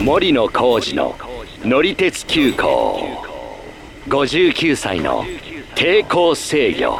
森野浩二の乗り鉄急行。59歳の抵抗制御。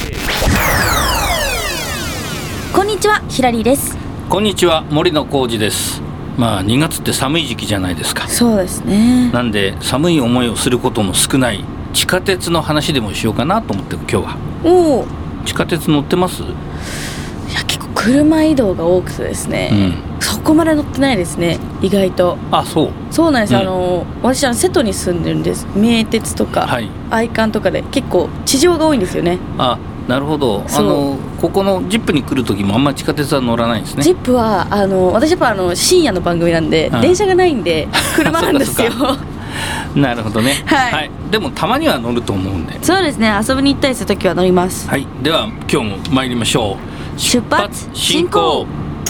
こんにちは、ヒラリーです。 こんにちは、森野浩二です。2月って寒い時期じゃないですか。 そうですね。 なんで寒い思いをすることも少ない地下鉄の話でもしようかなと思って今日は。 おお。 地下鉄乗ってます？ いや、結構車移動が多くてですね、そこまで乗ってないですね、意外と。 あ、そう。 そうなんです、私瀬戸に住んでるんです。名鉄とか、愛環とかで結構地上が多いんですよね。 あ、なるほど。ここのジップに来る時もあんまり地下鉄は乗らないんですね。 ジップは私やっぱ深夜の番組なんで、電車がないんで車なんですよなるほどね、 はい、 でもたまには乗ると思うんで。 そうですね、遊びに行ったりする時は乗ります。 はい、では今日も参りましょう。 出発進行。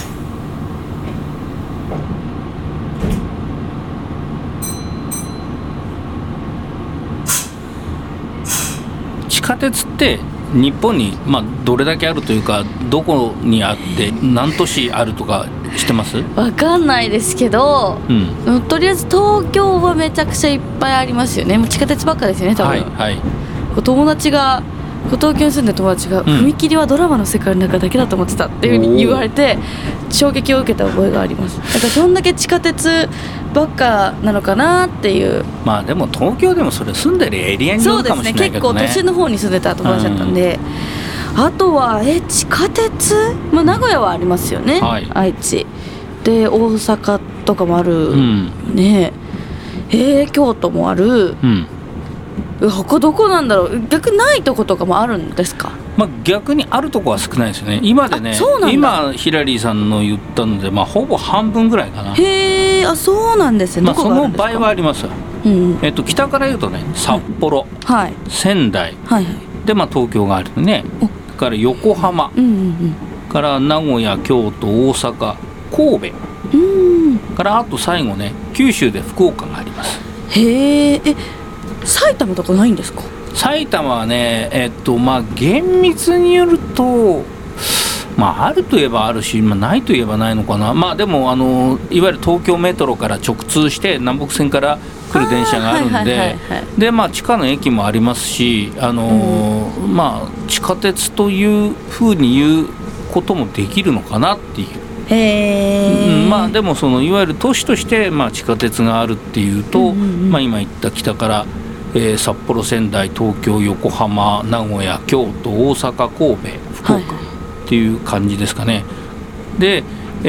地下鉄って日本に、どれだけあるというか、どこにあって何都市あるとか知ってます？ わかんないですけど、とりあえず東京はめちゃくちゃいっぱいありますよね。もう地下鉄ばっかですよね、多分。友達が東京に住んでる友達が、踏切はドラマの世界の中だけだと思ってたっていう風に言われて衝撃を受けた覚えがあります。だからどんだけ地下鉄ばっかなのかなっていう。 でも東京でもそれ住んでるエリアによるかもしれないけどね。 そうですね、結構都心の方に住んでた友達だったんで、あとは地下鉄、名古屋はありますよね、愛知で、大阪とかもある、ねえ、京都もある、他どこなんだろう。逆にないとことかもあるんですか？ 逆にあるとこは少ないですよね。今でね、今ヒラリーさんの言ったので、ほぼ半分ぐらいかな。 へえ、そうなんですね。 その場合はあります。北から言うとね、札幌、仙台、で東京があるね。から横浜、から名古屋、京都、大阪、神戸、からあと最後ね、九州で福岡があります。 へえ。埼玉とかないんですか？ 埼玉はね、厳密によると、あるといえばあるし、ないといえばないのかな。でもいわゆる東京メトロから直通して南北線から来る電車があるんで、地下の駅もありますし、地下鉄というふうに言うこともできるのかなっていう。でもいわゆる都市として地下鉄があるっていうと、今言った北から札幌、仙台、東京、横浜、名古屋、京都、大阪、神戸、福岡っていう感じですかね。で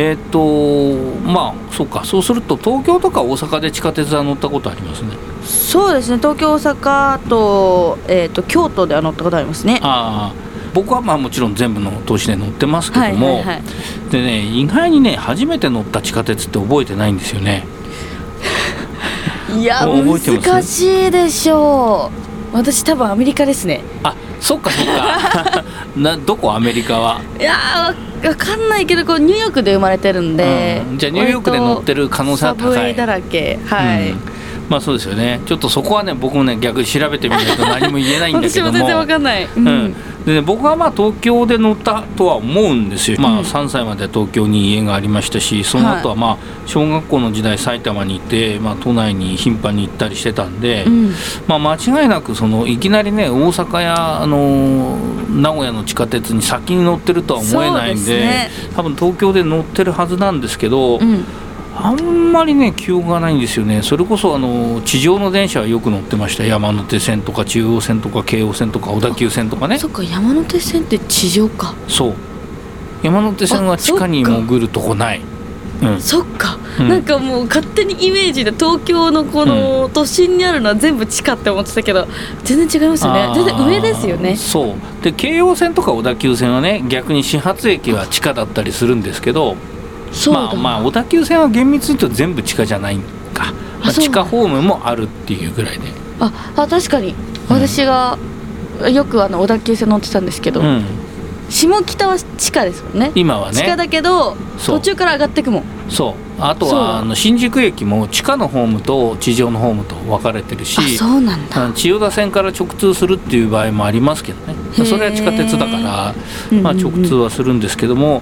そうか、そうすると東京とか大阪で地下鉄は乗ったことありますね。 そうですね、東京、大阪と、京都では乗ったことありますね。 僕はもちろん全部の都市で乗ってますけども、でね、意外にね、初めて乗った地下鉄って覚えてないんですよね。 いや、難しいでしょう。私多分アメリカですね。 そっかどこ？アメリカは。いや分かんないけど、ニューヨークで生まれてるんで、 じゃあニューヨークで乗ってる可能性は高い。 サブウェイだらけ。 そうですよね。ちょっとそこはね、僕もね、逆に調べてみないと何も言えないんだけども私も全然分かんない。 で僕は東京で乗ったとは思うんですよ。3歳まで東京に家がありましたし、その後は小学校の時代埼玉にいて、都内に頻繁に行ったりしてたんで、間違いなくいきなりね、大阪や名古屋の地下鉄に先に乗ってるとは思えないんで、多分東京で乗ってるはずなんですけど、あんまりね記憶がないんですよね。それこそ地上の電車はよく乗ってました。山手線とか中央線とか京王線とか小田急線とかね。 そっか、山手線って地上か。 そう、山手線は地下に潜るとこない。 そっか、なんかもう勝手にイメージで東京のこの都心にあるのは全部地下って思ってたけど、全然違いますよね。全然上ですよね。 そうで、京王線とか小田急線はね、逆に始発駅は地下だったりするんですけど、小田急線は厳密に言うと全部地下じゃないか。地下ホームもあるっていうぐらいで。 確かに私がよく小田急線乗ってたんですけど、下北は地下ですもんね。 今はね、 地下だけど途中から上がっていくもん。 あとは新宿駅も地下のホームと地上のホームと分かれてるし、 そうなんだ。 千代田線から直通するっていう場合もありますけどね。それは地下鉄だから、直通はするんですけども、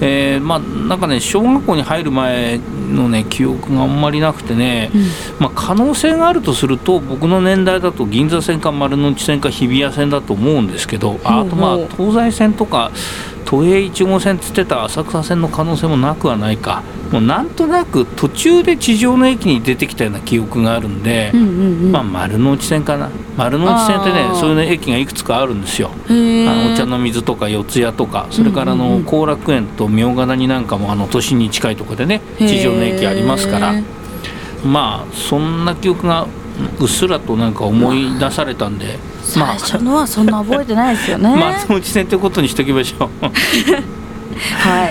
なんかね小学校に入る前のね記憶があんまりなくてね、可能性があるとすると僕の年代だと銀座線か丸の内線か日比谷線だと思うんですけど、あと東西線とか都営1号線つってた浅草線の可能性もなくはないか。もうなんとなく途中で地上の駅に出てきたような記憶があるんで、丸の内線かな。丸の内線ってねそういう駅がいくつかあるんですよ。お茶の水とか四谷とか、それから後楽園と茗ヶ谷なんかも都心に近いところでね地上の駅ありますから、そんな記憶がうっすらとなんか思い出されたんで、 最初のはそんな覚えてないですよね。 松の内線ということにしときましょう。 はい。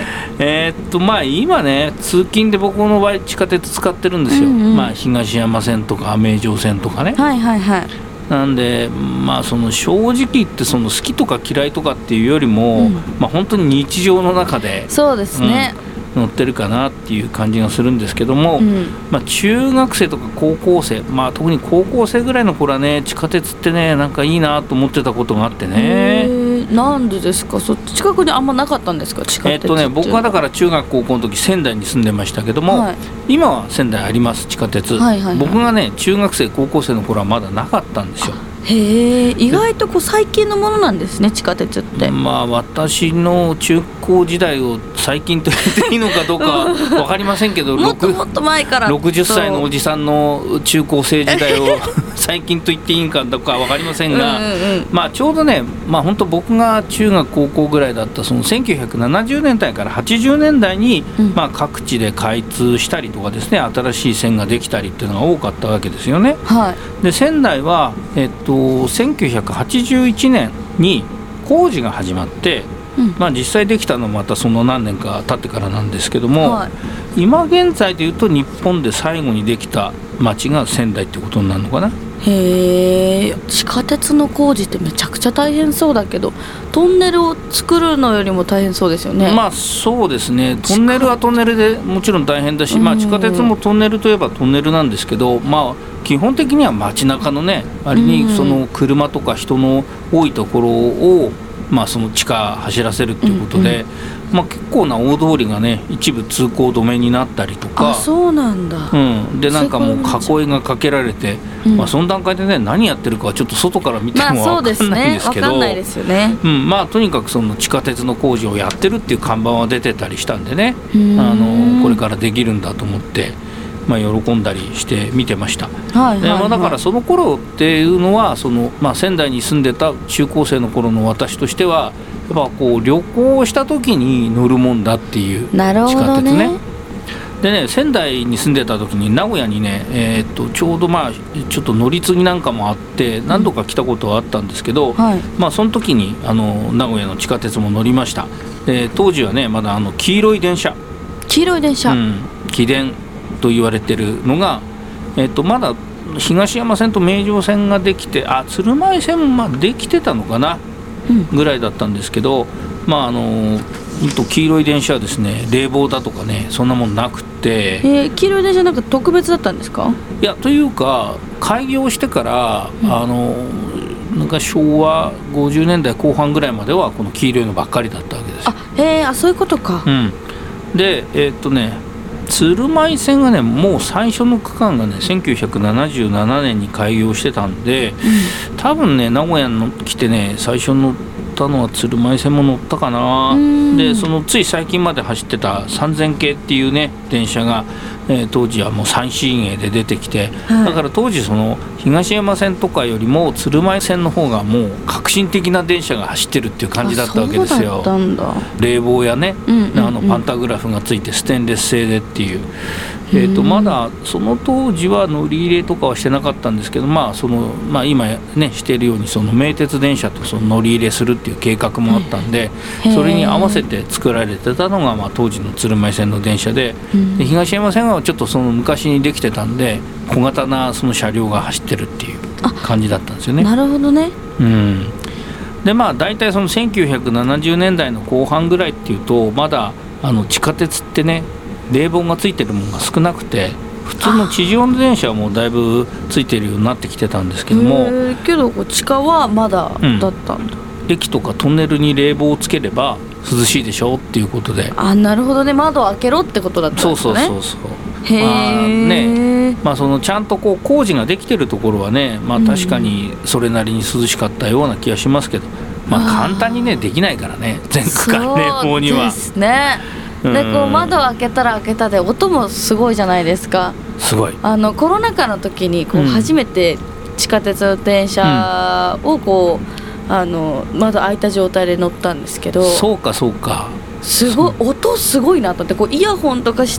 今ね通勤で僕の場合地下鉄使ってるんですよ。東山線とか名城線とかね。なんでその正直言ってその好きとか嫌いとかっていうよりも、本当に日常の中でそうですね、 乗ってるかなっていう感じがするんですけども、中学生とか高校生、特に高校生ぐらいの頃はね地下鉄ってねなんかいいなと思ってたことがあってね。 なんでですか？近くにあんまなかったんですか地下鉄って？ 僕はだから中学高校の時仙台に住んでましたけども、今は仙台あります地下鉄。僕がね中学生高校生の頃はまだなかったんですよ。 へえ、意外と最近のものなんですね地下鉄って。 私の中高時代を最近と言っていいのかどうか分かりませんけどもっと前から 60歳のおじさんの中高生時代を最近と言っていいのかどうか分かりませんがちょうどね本当僕が中学高校ぐらいだったその1970年代から80年代に、各地で開通したりとかですね新しい線ができたりっていうのが多かったわけですよね。で仙台は、1981年に工事が始まって、実際できたのはまたその何年か経ってからなんですけども、今現在でいうと日本で最後にできた町が仙台ってことになるのかな。 へえ、地下鉄の工事ってめちゃくちゃ大変そうだけどトンネルを作るのよりも大変そうですよね。 そうですね、トンネルはトンネルでもちろん大変だし、地下鉄もトンネルといえばトンネルなんですけど、基本的には街中のね割にその車とか人の多いところをその地下走らせるっていうことで、結構な大通りがね一部通行止めになったりとか。 そうなんだ。 でなんかもう囲いがかけられて、その段階でね何やってるかはちょっと外から見ても分かんないんですけど、 分かんないですよね。 とにかくその地下鉄の工事をやってるっていう看板は出てたりしたんでね、これからできるんだと思って喜んだりして見てました。だからその頃っていうのは仙台に住んでた中高生の頃の私としてはやっぱ旅行した時に乗るもんだっていう地下鉄ね。でね仙台に住んでた時に名古屋にね、ちょうどちょっと乗り継ぎなんかもあって何度か来たことはあったんですけど、その時に名古屋の地下鉄も乗りました。当時はねまだ黄色い電車黄電と言われてるのが、まだ東山線と名城線ができて鶴舞線もできてたのかな、ぐらいだったんですけど、黄色い電車はですね冷房だとかねそんなもんなくて、 黄色い電車なんか特別だったんですか？ いやというか開業してから、なんか昭和50年代後半ぐらいまではこの黄色いのばっかりだったわけですよ。 そういうことか。 で鶴舞線がねもう最初の区間がね1977年に開業してたんで、多分ね名古屋に来てね最初乗ったのは鶴舞線も乗ったかな。でそのつい最近まで走ってた3000系っていうね電車が、当時はもう最新鋭で出てきて、だから当時その東山線とかよりも鶴舞線の方がもう革新的な電車が走ってるっていう感じだったわけですよ。冷房やね、パンタグラフがついてステンレス製でっていう、まだその当時は乗り入れとかはしてなかったんですけど、今ねしているようにその名鉄電車とその乗り入れするっていう計画もあったんで、それに合わせて作られてたのが当時の鶴舞線の電車で、東山線はちょっとその昔にできてたんで小型なその車両が走ってるっていう感じだったんですよね。 なるほどね。 で大体その1970年代の後半ぐらいっていうとまだ地下鉄ってね冷房がついてるものが少なくて、普通の地上の電車はもうだいぶついてるようになってきてたんですけども、 けど地下はまだだったんだ。 駅とかトンネルに冷房をつければ涼しいでしょっていうことで。 なるほどね、窓を開けろってことだったんですかね。 そうへえ、そのちゃんとこう工事ができてるところはね、確かにそれなりに涼しかったような気がしますけど、簡単にねできないからね、全区間冷房には。 そうですね。でこう窓を開けたら開けたで音もすごいじゃないですか。 すごい。 コロナ禍の時にこう初めて地下鉄電車をこう、窓開いた状態で乗ったんですけど、 そうかすごい音すごいなと思って、こうイヤホンとかして、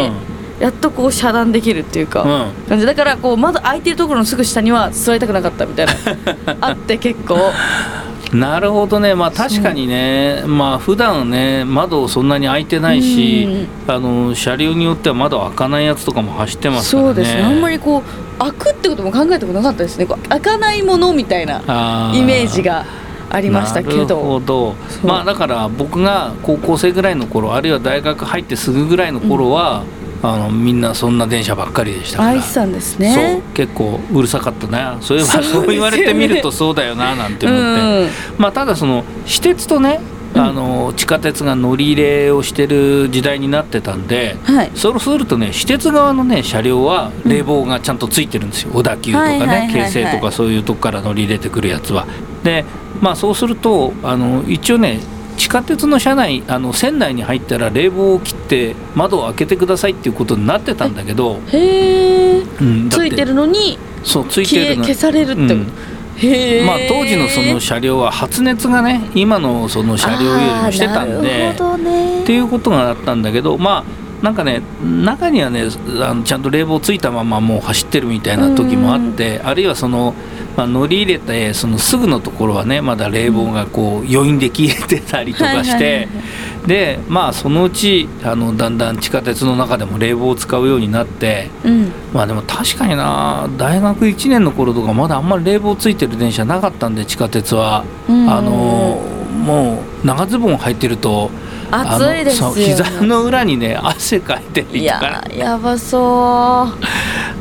やっとこう遮断できるっていうか、感じだからこう窓開いてるところのすぐ下には座りたくなかったみたいなあって結構なるほどね。確かにね、普段ね窓そんなに開いてないし、車両によっては窓開かないやつとかも走ってますからね。 そうですね、あんまりこう開くってことも考えたことなかったですね。こう開かないものみたいなイメージがありましたけど。なるほど。だから僕が高校生ぐらいの頃、あるいは大学入ってすぐぐらいの頃は、みんなそんな電車ばっかりでしたから。 愛さんですね。 そう、結構うるさかったね。そういえばそう言われてみるとそうだよななんて思って、ただその私鉄とね、地下鉄が乗り入れをしてる時代になってたんで、そうするとね、私鉄側のね車両は冷房がちゃんとついてるんですよ。小田急とかね、京成とかそういうとこから乗り入れてくるやつは。でそうすると一応ね、地下鉄の車内線内に入ったら冷房を切って窓を開けてくださいっていうことになってたんだけど、 へー、ついてるのにそうついてるの消されるってこと、へー、 当時のその車両は発熱がね今のその車両よりもしてたんで、っていうことがあったんだけど、なんかね中にはねちゃんと冷房ついたままもう走ってるみたいな時もあって、あるいはその乗り入れてそのすぐのところはねまだ冷房がこう余韻で消えてたりとかして、でそのうちだんだん地下鉄の中でも冷房を使うようになって、でも確かにな、大学1年の頃とかまだあんまり冷房ついてる電車なかったんで、地下鉄は、もう長ズボン履いてると暑いですよね。 膝の裏にね汗かいてるとか、 やばそう、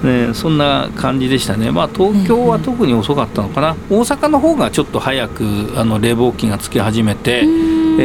ね、そんな感じでしたね。東京は特に遅かったのかな、大阪の方がちょっと早く冷房機がつき始めて、もう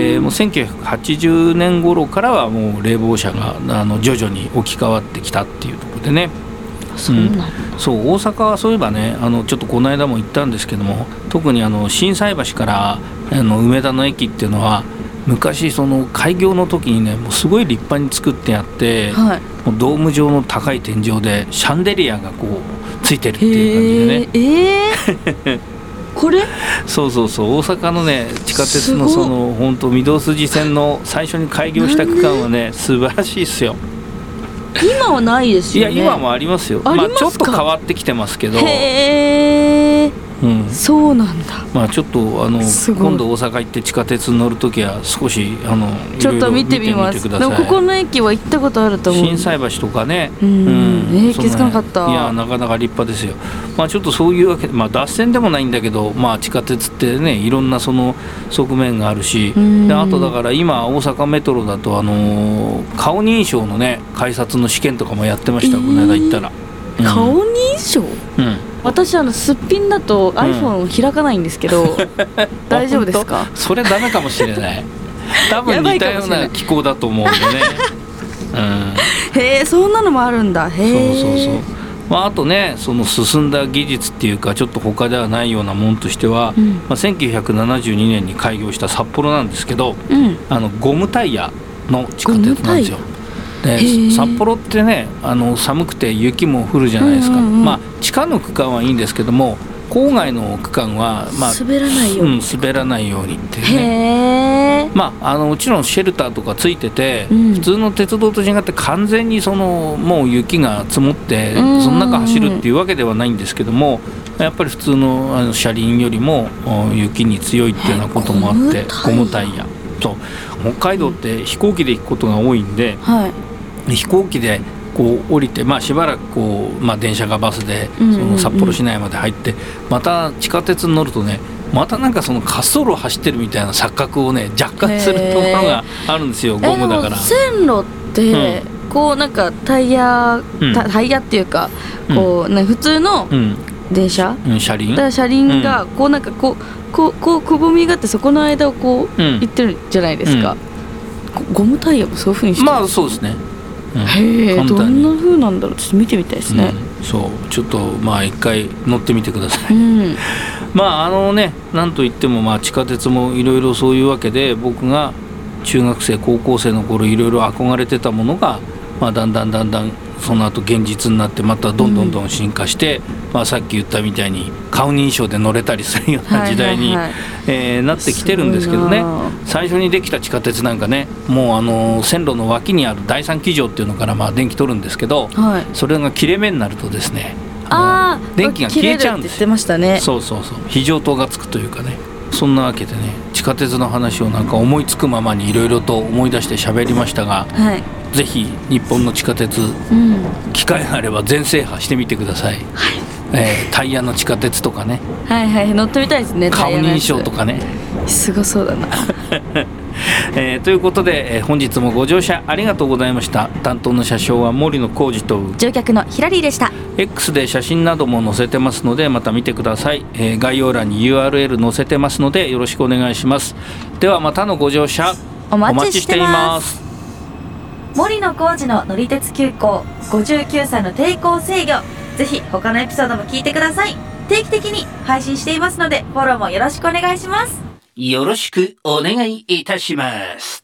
1980年頃からはもう冷房車が徐々に置き換わってきたっていうところでね。そう大阪はそういえばね、ちょっとこの間も言ったんですけども、特に心斎橋から梅田の駅っていうのは昔その開業の時にねもうすごい立派に作ってあって、もうドーム状の高い天井でシャンデリアがこうついてるっていう感じでね、 これそう大阪のね地下鉄のその本当御堂筋線の最初に開業した区間はね素晴らしいですよ。 今はないですよね。 いや今もありますよ。ちょっと変わってきてますけど。 そうなんだ。 ちょっと今度大阪行って地下鉄に乗るときは少しちょっと見てみます。でもここの駅は行ったことあると思う。 心斎橋とかね、 気づかなかった。 いやなかなか立派ですよ。ちょっとそういうわけで、脱線でもないんだけど、地下鉄ってねいろんなその側面があるし、であとだから今大阪メトロだと顔認証のね改札の試験とかもやってました、この間行ったら。 顔認証？私すっぴんだと iPhone 開かないんですけど、大丈夫ですか？ それダメかもしれない多分似たような機構だと思うんでねへえ、そんなのもあるんだ。へえ。 そうあとねその進んだ技術っていうかちょっと他ではないようなもんとしては、1972年に開業した札幌なんですけど、ゴムタイヤの地下鉄なんですよ。で札幌ってね寒くて雪も降るじゃないですか。地下の区間はいいんですけども郊外の区間は、 滑らないように、 滑らないようにっていうね。もちろんシェルターとかついてて、普通の鉄道と違って完全にもう雪が積もってその中走るっていうわけではないんですけども、やっぱり普通の車輪よりも雪に強いっていうようなこともあって、ゴムタイヤと北海道って飛行機で行くことが多いんで、飛行機でこう降りて、しばらくこう、電車がバスでその札幌市内まで入って、また地下鉄に乗るとねまたなんかその滑走路を走ってるみたいな錯覚をね若干するところがあるんですよ、ゴムだから。 線路って、こうなんかタイヤっていうかこう、普通の、 電車、 車輪、 だから車輪がこうなんかこうくぼみがあって、そこの間をこう行ってるじゃないですか、ゴムタイヤもそういう風にしてる。 まあそうですね、 へえ、どんな風なんだろう、ちょっと見てみたいですね、 そうちょっとまあ一回乗ってみてください、まあなんといってもまあ地下鉄もいろいろそういうわけで、僕が中学生高校生の頃いろいろ憧れてたものが、まあ、だんだんその後現実になって、またどんどん進化して、まあ、さっき言ったみたいに顔認証で乗れたりするような時代に、なってきてるんですけどね。最初にできた地下鉄なんかね、もう線路の脇にある第三機場っていうのからまあ電気取るんですけど、それが切れ目になるとですね、電気が消えちゃうんですよ。そう非常灯がつくというかね。そんなわけでね、地下鉄の話をなんか思いつくままにいろいろと思い出して喋りましたが、ぜひ日本の地下鉄、機会があれば全制覇してみてください、タイヤの地下鉄とかね、 乗ってみたいですね。 顔認証とかね、 すごそうだなということで、本日もご乗車ありがとうございました。担当の車掌は森野浩二と乗客のヒラリーでした。 X で写真なども載せてますので、また見てください、概要欄に URL 載せてますのでよろしくお願いします。ではまたのご乗車お待ちしています。 森野浩二の乗り鉄急行、59歳の抵抗制御、ぜひ他のエピソードも聞いてください。定期的に配信していますのでフォローもよろしくお願いします。 よろしくお願いいたします。